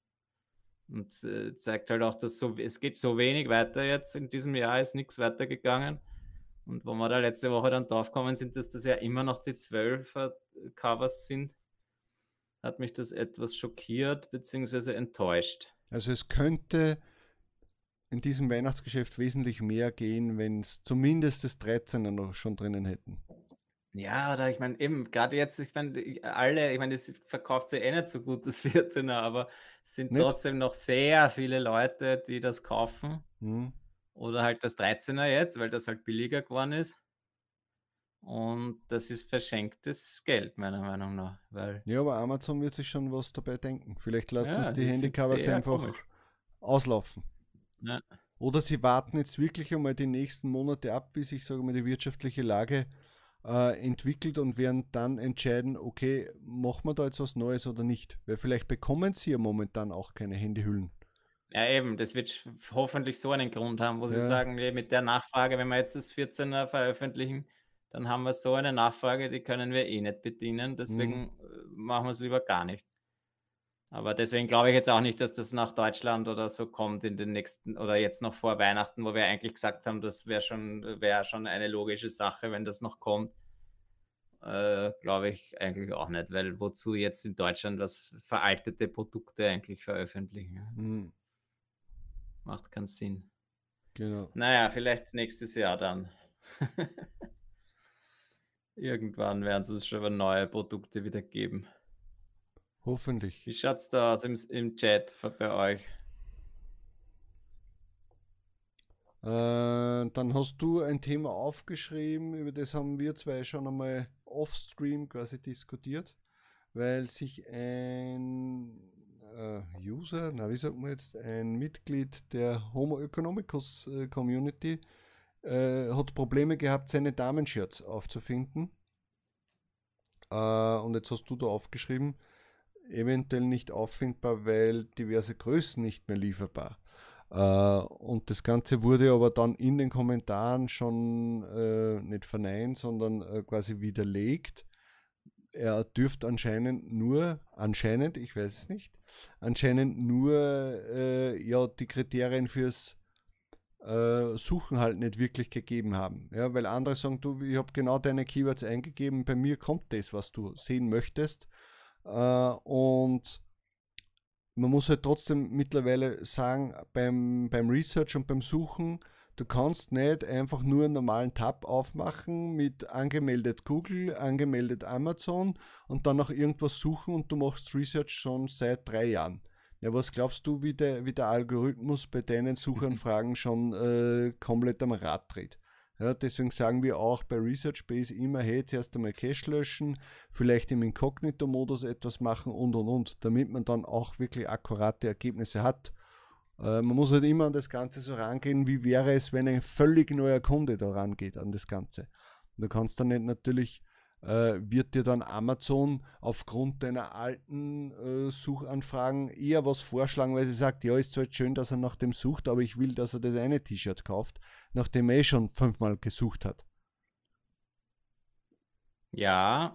Und äh, zeigt halt auch, dass so, es geht so wenig weiter jetzt. In diesem Jahr ist nichts weitergegangen. Und wo wir da letzte Woche dann draufgekommen sind, dass das ja immer noch die zwölfer Covers sind, hat mich das etwas schockiert bzw. enttäuscht. Also es könnte in diesem Weihnachtsgeschäft wesentlich mehr gehen, wenn es zumindest das dreizehner noch schon drinnen hätten. Ja, oder ich meine, eben, gerade jetzt, ich meine, alle, ich meine, das verkauft sich eh nicht so gut, das vierzehner, aber es sind Nicht? trotzdem noch sehr viele Leute, die das kaufen. Mhm. Oder halt das dreizehner jetzt, weil das halt billiger geworden ist. Und das ist verschenktes Geld, meiner Meinung nach. Weil, Ja, aber Amazon wird sich schon was dabei denken. Vielleicht lassen ja, sie die ich find's Handycovers eher einfach komisch. auslaufen. Ja. Oder sie warten jetzt wirklich einmal die nächsten Monate ab, wie sich, sage ich mal, die wirtschaftliche Lage äh, entwickelt und werden dann entscheiden, okay, machen wir da jetzt was Neues oder nicht. Weil vielleicht bekommen sie ja momentan auch keine Handyhüllen. Ja, eben, das wird sch- hoffentlich so einen Grund haben, wo sie Ja. sagen, nee, mit der Nachfrage, wenn wir jetzt das vierzehner veröffentlichen, dann haben wir so eine Nachfrage, die können wir eh nicht bedienen, deswegen äh, machen wir es lieber gar nicht. Aber deswegen glaube ich jetzt auch nicht, dass das nach Deutschland oder so kommt in den nächsten oder jetzt noch vor Weihnachten, wo wir eigentlich gesagt haben, das wäre schon, wäre schon eine logische Sache, wenn das noch kommt. Äh, glaube ich eigentlich auch nicht, weil wozu jetzt in Deutschland was veraltete Produkte eigentlich veröffentlichen? Ja? Mhm. Macht keinen Sinn. Genau. Naja, vielleicht nächstes Jahr dann. Irgendwann werden es schon neue Produkte wieder geben. Hoffentlich. Wie schaut es da aus im, im Chat bei euch? Äh, dann hast du ein Thema aufgeschrieben, über das haben wir zwei schon einmal off-stream quasi diskutiert, weil sich ein äh, User, na wie sagt man jetzt, ein Mitglied der Homo economicus äh, Community äh, hat Probleme gehabt, seine Damenshirts aufzufinden. Äh, und jetzt hast du da aufgeschrieben, eventuell nicht auffindbar, weil diverse Größen nicht mehr lieferbar. Uh, und das Ganze wurde aber dann in den Kommentaren schon äh, nicht verneint, sondern äh, quasi widerlegt. Er dürfte anscheinend nur, anscheinend, ich weiß es nicht, anscheinend nur äh, ja, die Kriterien fürs äh, Suchen halt nicht wirklich gegeben haben. Ja, weil andere sagen, du, ich habe genau deine Keywords eingegeben, bei mir kommt das, was du sehen möchtest. Uh, und man muss halt trotzdem mittlerweile sagen, beim, beim Research und beim Suchen, du kannst nicht einfach nur einen normalen Tab aufmachen mit angemeldet Google, angemeldet Amazon und dann noch irgendwas suchen und du machst Research schon seit drei Jahren. Ja, was glaubst du, wie der, wie der Algorithmus bei deinen Suchanfragen schon äh, komplett am Rad dreht? Ja, deswegen sagen wir auch bei ResearchBase immer, hey, zuerst einmal Cache löschen, vielleicht im Inkognito-Modus etwas machen und und und, damit man dann auch wirklich akkurate Ergebnisse hat. Äh, man muss halt immer an das Ganze so rangehen, wie wäre es, wenn ein völlig neuer Kunde da rangeht an das Ganze. Du kannst dann nicht natürlich, äh, wird dir dann Amazon aufgrund deiner alten äh, Suchanfragen eher was vorschlagen, weil sie sagt, ja, ist zwar schön, dass er nach dem sucht, aber ich will, dass er das eine T-Shirt kauft, nachdem er eh schon fünfmal gesucht hat. Ja,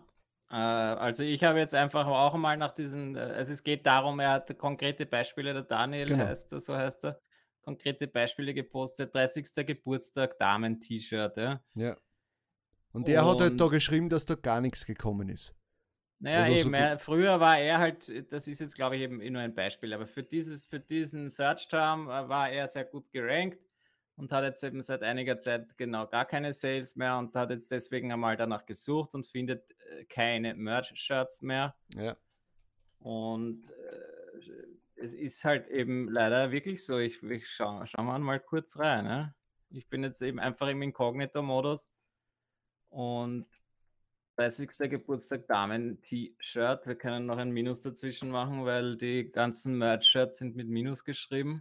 Äh, also ich habe jetzt einfach auch mal nach diesen, äh, also es geht darum, er hat konkrete Beispiele, der Daniel Genau. heißt er, so heißt er, konkrete Beispiele gepostet, dreißigster Geburtstag, Damen-T-Shirt, ja. Ja. Und der hat halt da Und geschrieben, dass da gar nichts gekommen ist. naja, Oder so eben, gut. er, früher war er halt, das ist jetzt glaube ich eben eh nur ein Beispiel, aber für dieses, für diesen Search-Term äh, war er sehr gut gerankt und hat jetzt eben seit einiger Zeit genau gar keine Sales mehr und hat jetzt deswegen einmal danach gesucht und findet äh, keine Merch-Shirts mehr. Ja. Und äh, es ist halt eben leider wirklich so. Ich, ich schau, schauen wir mal kurz rein. Ne? Ich bin jetzt eben einfach im Inkognito-Modus und dreißigster Geburtstag Damen-T-Shirt. Wir können noch ein Minus dazwischen machen, weil die ganzen Merch-Shirts sind mit Minus geschrieben.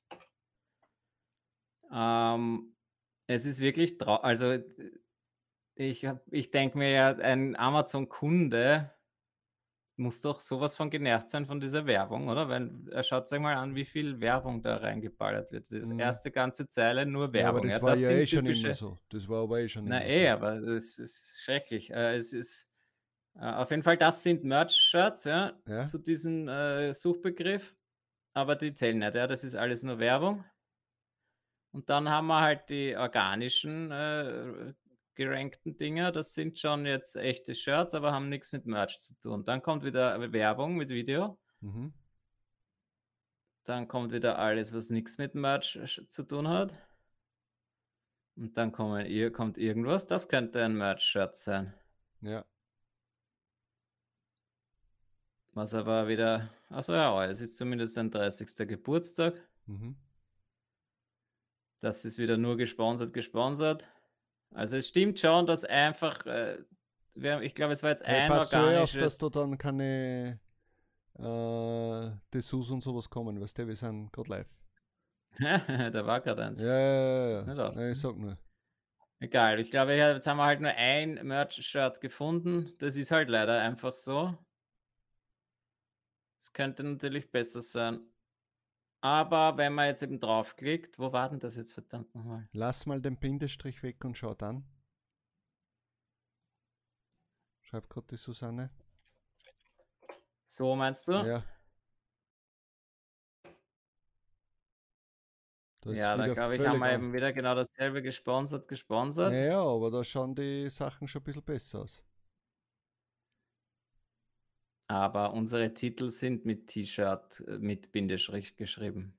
Ähm, es ist wirklich traurig. Also ich, hab- ich denke mir ja, ein Amazon-Kunde muss doch sowas von genervt sein von dieser Werbung, oder? Weil er schaut sich mal an, wie viel Werbung da reingeballert wird. Das Mhm. erste ganze Zeile nur Ja, aber Werbung. Ja, das war das ja eh sind schon immer typische. so. Das war aber eh schon Na immer eh, so. aber das ist schrecklich. Äh, es ist äh, auf jeden Fall, das sind Merch-Shirts, ja, Ja. zu diesem äh, Suchbegriff, aber die zählen nicht, ja, das ist alles nur Werbung. Und dann haben wir halt die organischen äh, gerankten Dinger, das sind schon jetzt echte Shirts, aber haben nichts mit Merch zu tun. Dann kommt wieder Werbung mit Video. Mhm. Dann kommt wieder alles, was nichts mit Merch sch- zu tun hat. Und dann kommen, ir- kommt irgendwas, das könnte ein Merch-Shirt sein. Ja. Was aber wieder, also ja, es ist zumindest ein dreißigster Geburtstag. Mhm. Das ist wieder nur gesponsert, gesponsert. Also es stimmt schon, dass einfach, äh, wir, ich glaube, es war jetzt Hey, ein passt schon eh auf, dass organisches. da dann keine äh, Dessous und sowas kommen, weißt du, wir sind gerade live. Da war gerade eins. Ja, ja, Das ja, ist ja. nicht auf. Nein, ich sag nur. Egal, ich glaube, ja, jetzt haben wir halt nur ein Merch-Shirt gefunden. Das ist halt leider einfach so. Es könnte natürlich besser sein. Aber wenn man jetzt eben draufklickt, wo war denn das jetzt verdammt nochmal? Lass mal den Bindestrich weg und schau dann. Schreibt gerade die Susanne. So meinst du? Ja. Da ist Ja, da wieder glaube ich, haben völlig wir an. eben wieder genau dasselbe gesponsert, gesponsert. Naja, aber da schauen die Sachen schon ein bisschen besser aus. Aber unsere Titel sind mit T-Shirt äh, mit Bindestrich geschrieben.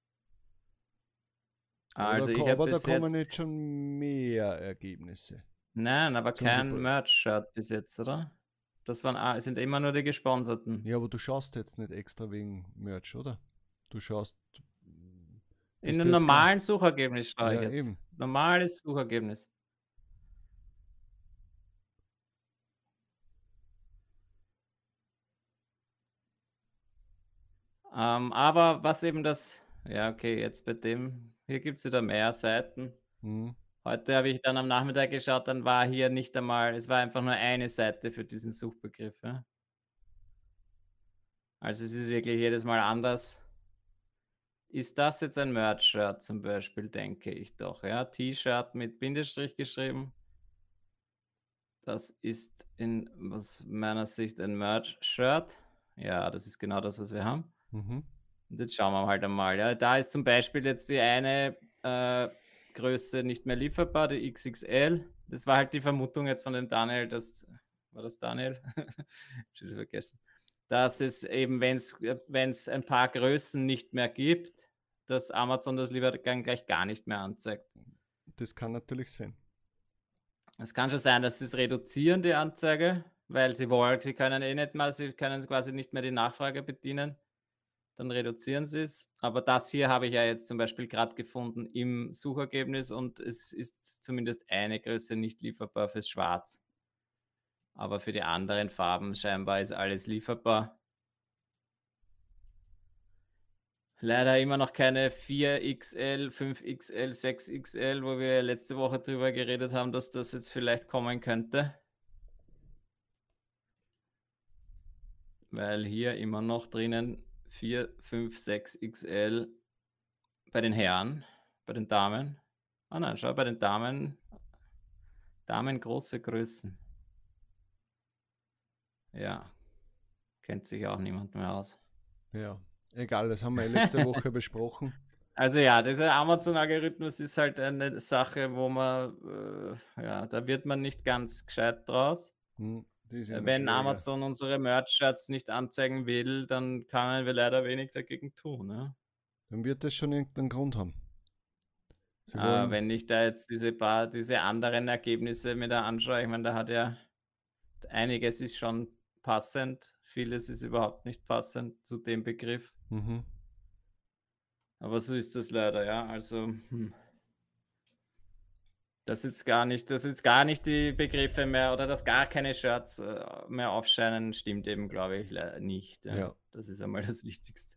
Aber, Also da, ich ko- habe aber da bis kommen jetzt. jetzt schon mehr Ergebnisse. Nein, aber Zum kein Gebur- Merch-Shirt bis jetzt, oder? Das waren, a- sind immer nur die gesponserten. Ja, aber du schaust jetzt nicht extra wegen Merch, oder? Du schaust. In Bist einem du jetzt gar- normalen Suchergebnis schaue ich Ja, jetzt. eben. Normales Suchergebnis. Ähm, aber was eben das, ja, okay, jetzt bei dem, hier gibt es wieder mehr Seiten. Mhm. Heute habe ich dann am Nachmittag geschaut, dann war hier nicht einmal, es war einfach nur eine Seite für diesen Suchbegriff. Ja. Also es ist wirklich jedes Mal anders. Ist das jetzt ein Merch-Shirt zum Beispiel, denke ich doch. Ja, T-Shirt mit Bindestrich geschrieben. Das ist in aus meiner Sicht ein Merch-Shirt. Ja, das ist genau das, was wir haben. Mhm. Und jetzt schauen wir halt einmal. Ja. Da ist zum Beispiel jetzt die eine äh, Größe nicht mehr lieferbar, die X X L. Das war halt die Vermutung jetzt von dem Daniel, dass, war das Daniel? Schon wieder vergessen. Dass es eben, wenn es ein paar Größen nicht mehr gibt, dass Amazon das lieber dann gleich gar nicht mehr anzeigt. Das kann natürlich sein. Es kann schon sein, dass sie es reduzieren, die Anzeige, weil sie wollen, sie können eh nicht mal, sie können quasi nicht mehr die Nachfrage bedienen. Dann reduzieren sie es. Aber das hier habe ich ja jetzt zum Beispiel gerade gefunden im Suchergebnis und es ist zumindest eine Größe nicht lieferbar fürs Schwarz. Aber für die anderen Farben scheinbar ist alles lieferbar. Leider immer noch keine vier X L, fünf X L, sechs X L, wo wir letzte Woche drüber geredet haben, dass das jetzt vielleicht kommen könnte. Weil hier immer noch drinnen vier, fünf, sechs X L bei den Herren, bei den Damen. Ah nein, schau, bei den Damen, Damen große Größen. ja, kennt sich auch niemand mehr aus. Ja, egal, das haben wir letzte Woche besprochen. Also ja, dieser Amazon-Algorithmus ist halt eine Sache, wo man, äh, ja, da wird man nicht ganz gescheit draus. Hm, die ist Äh, immer Wenn schwieriger. Amazon unsere Merch-Shirts nicht anzeigen will, dann können wir leider wenig dagegen tun. Ne? Dann wird das schon irgendeinen Grund haben. Sie Äh, wollen, wenn ich da jetzt diese paar, diese anderen Ergebnisse mir da anschaue, ich meine, da hat ja einiges ist schon passend, vieles ist überhaupt nicht passend zu dem Begriff. mhm. Aber so ist das leider, ja. Also, hm. dass jetzt gar nicht, dass jetzt gar nicht die Begriffe mehr oder dass gar keine Shirts äh, mehr aufscheinen, stimmt eben, glaube ich, le- nicht. Ja. Ja. Das ist einmal das Wichtigste.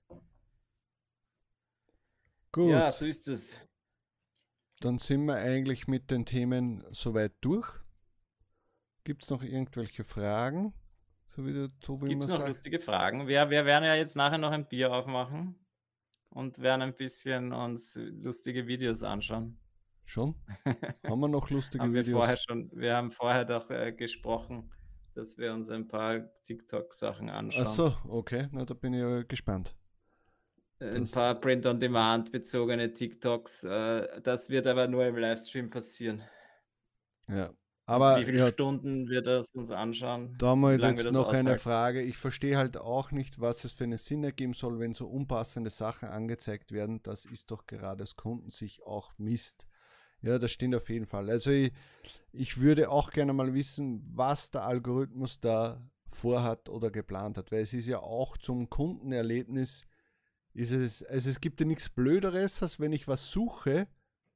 Gut, Ja, so ist es. dann sind wir eigentlich mit den Themen soweit durch. Gibt es noch irgendwelche Fragen? So wie der Tobi Gibt es immer noch sagt. lustige Fragen? Wir, wir werden ja jetzt nachher noch ein Bier aufmachen und werden ein bisschen uns lustige Videos anschauen. Schon? Haben wir noch lustige haben wir Videos? vorher schon, wir haben vorher doch äh, gesprochen, dass wir uns ein paar TikTok-Sachen anschauen. Ach so, okay, na da bin ich ja gespannt. Ein Das- paar Print-on-Demand bezogene TikToks. Äh, das wird aber nur im Livestream passieren. Ja, Und aber wie viele ja, Stunden wir das uns anschauen? da haben wie wir lange wir jetzt das noch eine aushalten. Frage. Ich verstehe halt auch nicht, was es für einen Sinn ergeben soll, wenn so unpassende Sachen angezeigt werden. Das ist doch gerade aus Kundensicht auch Mist. Ja, das stimmt auf jeden Fall. Also ich, ich würde auch gerne mal wissen, was der Algorithmus da vorhat oder geplant hat, weil es ist ja auch zum Kundenerlebnis, ist es, also es gibt ja nichts Blöderes, als wenn ich was suche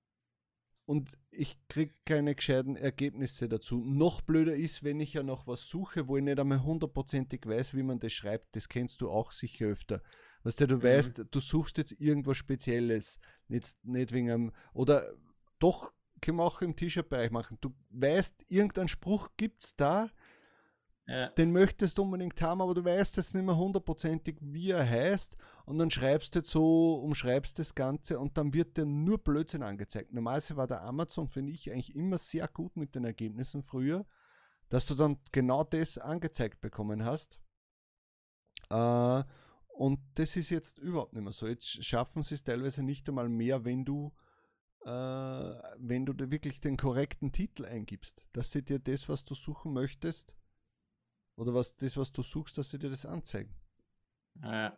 und ich kriege keine gescheiten Ergebnisse dazu. Noch blöder ist, wenn ich ja noch was suche, wo ich nicht einmal hundertprozentig weiß, wie man das schreibt. Das kennst du auch sicher öfter. Weißt du, du Mhm. weißt, du suchst jetzt irgendwas Spezielles, nicht, nicht wegen einem, oder doch, können wir auch im T-Shirt-Bereich machen. Du weißt, irgendeinen Spruch gibt es da, Ja. den möchtest du unbedingt haben, aber du weißt jetzt nicht mehr hundertprozentig, wie er heißt, und dann schreibst du jetzt so, umschreibst das Ganze und dann wird dir nur Blödsinn angezeigt. Normalerweise war der Amazon, finde ich, eigentlich immer sehr gut mit den Ergebnissen früher, dass du dann genau das angezeigt bekommen hast. Äh, und das ist jetzt überhaupt nicht mehr so. Jetzt schaffen sie es teilweise nicht einmal mehr, wenn du äh, wenn du da wirklich den korrekten Titel eingibst, dass sie dir das, was du suchen möchtest, oder was das, was du suchst, dass sie dir das anzeigen. Ja.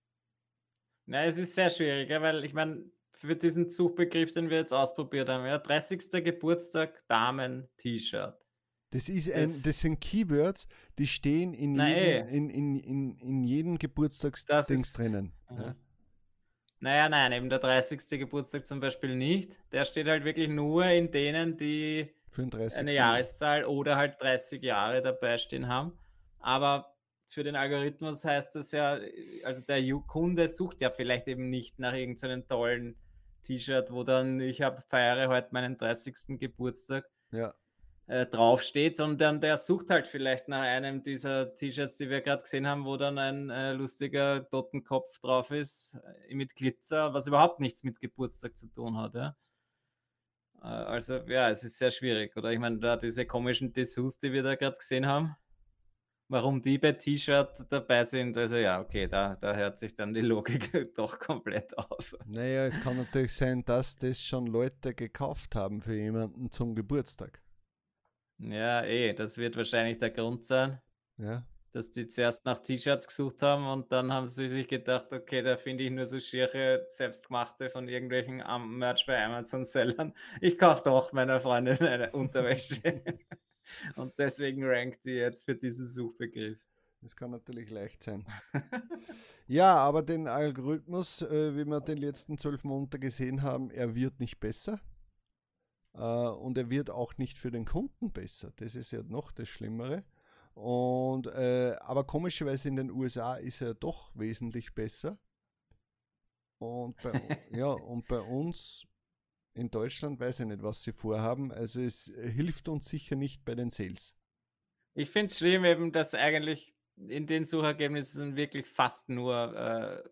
Na, es ist sehr schwierig, ja, weil ich meine, für diesen Suchbegriff, den wir jetzt ausprobiert haben, ja, dreißigster Geburtstag, Damen-T-Shirt. Das, ist ein, Das- das sind Keywords, die stehen in Na, jedem, eh. in, in, in, in jedem Das Geburtstagsdings ist- drinnen. Aha. Ja. Naja, nein, eben der dreißigste Geburtstag zum Beispiel nicht. Der steht halt wirklich nur in denen, die Für den dreißigsten eine Jahreszahl oder halt dreißig Jahre dabei stehen haben. Aber für den Algorithmus heißt das ja, also der Ju- Kunde sucht ja vielleicht eben nicht nach irgendeinem tollen T-Shirt, wo dann ich habe feiere heute meinen dreißigsten Geburtstag Ja, äh, draufsteht, sondern der sucht halt vielleicht nach einem dieser T-Shirts, die wir gerade gesehen haben, wo dann ein äh, lustiger Totenkopf drauf ist, äh, mit Glitzer, was überhaupt nichts mit Geburtstag zu tun hat. Ja? Äh, Also ja, es ist sehr schwierig. Oder ich meine, da diese komischen Dessous, die wir da gerade gesehen haben, warum die bei T-Shirt dabei sind, also ja, okay, da, da hört sich dann die Logik doch komplett auf. naja, es kann natürlich sein, dass das schon Leute gekauft haben für jemanden zum Geburtstag. Ja, eh, das wird wahrscheinlich der Grund sein, Ja, dass die zuerst nach T-Shirts gesucht haben und dann haben sie sich gedacht, okay, da finde ich nur so schiere, selbstgemachte von irgendwelchen am Merch bei Amazon-Sellern. Ich kaufe doch meiner Freundin eine Unterwäsche. Und deswegen rankt die jetzt für diesen Suchbegriff. das kann natürlich leicht sein. Ja, aber den Algorithmus, äh, wie wir den letzten zwölf Monate gesehen haben, er wird nicht besser. Äh, und er wird auch nicht für den Kunden besser. Das ist ja noch das Schlimmere. Und, äh, aber komischerweise in den U S A ist er doch wesentlich besser. Und bei, ja, und bei uns in Deutschland weiß ich nicht, was sie vorhaben. Also es hilft uns sicher nicht bei den Sales. Ich finde es schlimm eben, dass eigentlich in den Suchergebnissen wirklich fast nur äh,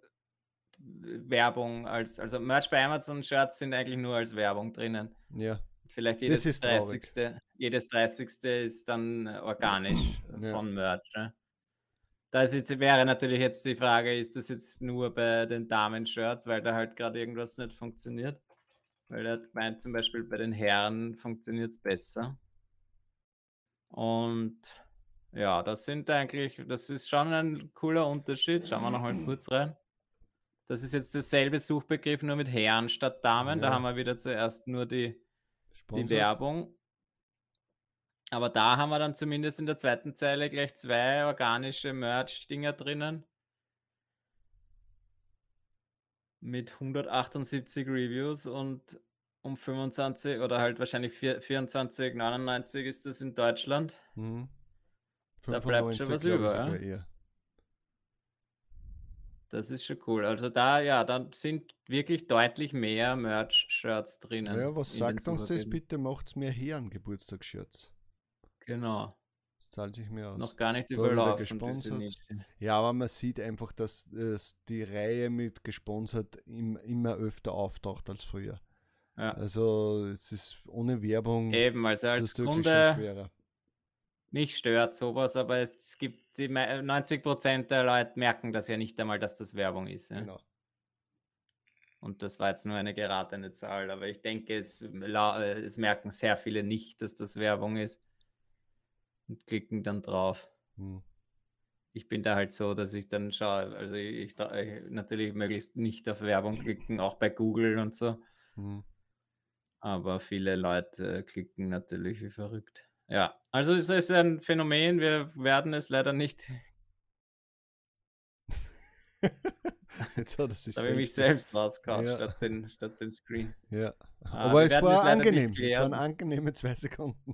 Werbung als, also Merch bei Amazon Shirts sind eigentlich nur als Werbung drinnen. Ja, Vielleicht Das jedes ist traurig. dreißigste jedes dreißigste ist dann äh, organisch äh, Ja. von Merch. Ne? Das jetzt wäre natürlich jetzt die Frage, ist das jetzt nur bei den Damen-Shirts, weil da halt gerade irgendwas nicht funktioniert? Weil er hat gemeint, zum Beispiel bei den Herren funktioniert es besser. Und ja, das sind eigentlich, das ist schon ein cooler Unterschied. Schauen wir noch mal kurz rein. Das ist jetzt dasselbe Suchbegriff, nur mit Herren statt Damen. Da Ja. haben wir wieder zuerst nur die, die Sponsert. Werbung. Aber da haben wir dann zumindest in der zweiten Zeile gleich zwei organische Merch-Dinger drinnen. Mit hundertachtundsiebzig Reviews und um fünfundzwanzig oder halt wahrscheinlich vierundzwanzig neunundneunzig ist das in Deutschland. Mhm. Da bleibt schon was glaube ich, über, sogar ja? eher. Das ist schon cool. Also da, ja, dann sind wirklich deutlich mehr Merch-Shirts drinnen. Ja, was in den sagt uns das Suchergebnissen. bitte? Macht's mehr Herren-Geburtstagsshirts. Genau. Das zahlt sich mehr Ist aus. noch gar nicht Da wieder überlaufen, diese gesponsert. Nische. Ja, aber man sieht einfach, dass äh, die Reihe mit gesponsert im, immer öfter auftaucht als früher. Ja. Also es ist ohne Werbung Eben, also das als ist wirklich schon Kunde, schwerer. mich stört sowas, aber es gibt die me- neunzig Prozent der Leute merken das ja nicht einmal, dass das Werbung ist. Ja? Genau. Und das war jetzt nur eine geratene Zahl, aber ich denke, es, la- äh, es merken sehr viele nicht, dass das Werbung ist und klicken dann drauf. Hm. Ich bin da halt so, dass ich dann schaue, also ich, da- ich natürlich möglichst nicht auf Werbung klicken, auch bei Google und so, Hm. aber viele Leute klicken natürlich wie verrückt. Ja, also es ist ein Phänomen, wir werden es leider nicht, Jetzt hat er sich da habe ich mich selbst. selbst rausgehauen, Ja. statt, den, statt dem Screen. Ja. Ah, Aber wir es werden war das leider nicht angenehm. Es waren klären. angenehme zwei Sekunden.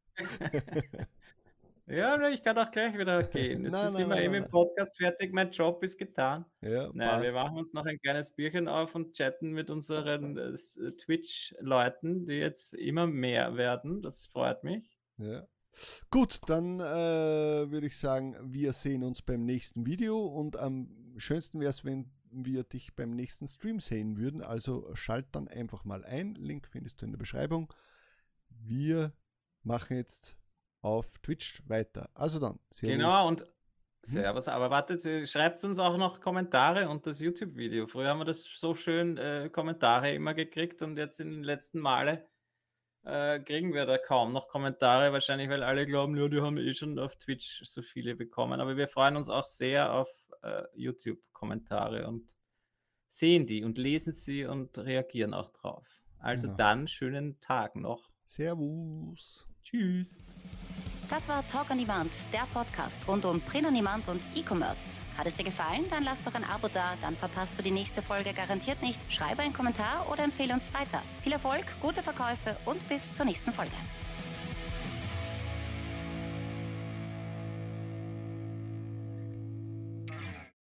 Ja, ne, ich kann auch gleich wieder gehen. Jetzt Nein, ist nein, immer nein, eben nein, im nein. Podcast fertig, mein Job ist getan. Ja, Nein, wir passt. machen uns noch ein kleines Bierchen auf und chatten mit unseren äh, s- äh, Twitch-Leuten, die jetzt immer mehr werden. Das freut mich. Ja. Gut, dann äh, würde ich sagen, wir sehen uns beim nächsten Video und am schönsten wäre es, wenn wir dich beim nächsten Stream sehen würden. Also schalt dann einfach mal ein. Link findest du in der Beschreibung. Wir machen jetzt auf Twitch weiter. Also dann, servus. Genau, und Servus. Aber wartet, äh, schreibt uns auch noch Kommentare unter das YouTube-Video. Früher haben wir das so schön äh, Kommentare immer gekriegt und jetzt in den letzten Male äh, kriegen wir da kaum noch Kommentare. Wahrscheinlich, weil alle glauben, ja, die haben eh schon auf Twitch so viele bekommen. Aber wir freuen uns auch sehr auf äh, YouTube-Kommentare und sehen die und lesen sie und reagieren auch drauf. Also Genau. dann schönen Tag noch. Servus. Tschüss. Das war Talk on Demand, der Podcast rund um Print on Demand und E-Commerce. Hat es dir gefallen? Dann lass doch ein Abo da, dann verpasst du die nächste Folge garantiert nicht. Schreibe einen Kommentar oder empfehle uns weiter. Viel Erfolg, gute Verkäufe und bis zur nächsten Folge.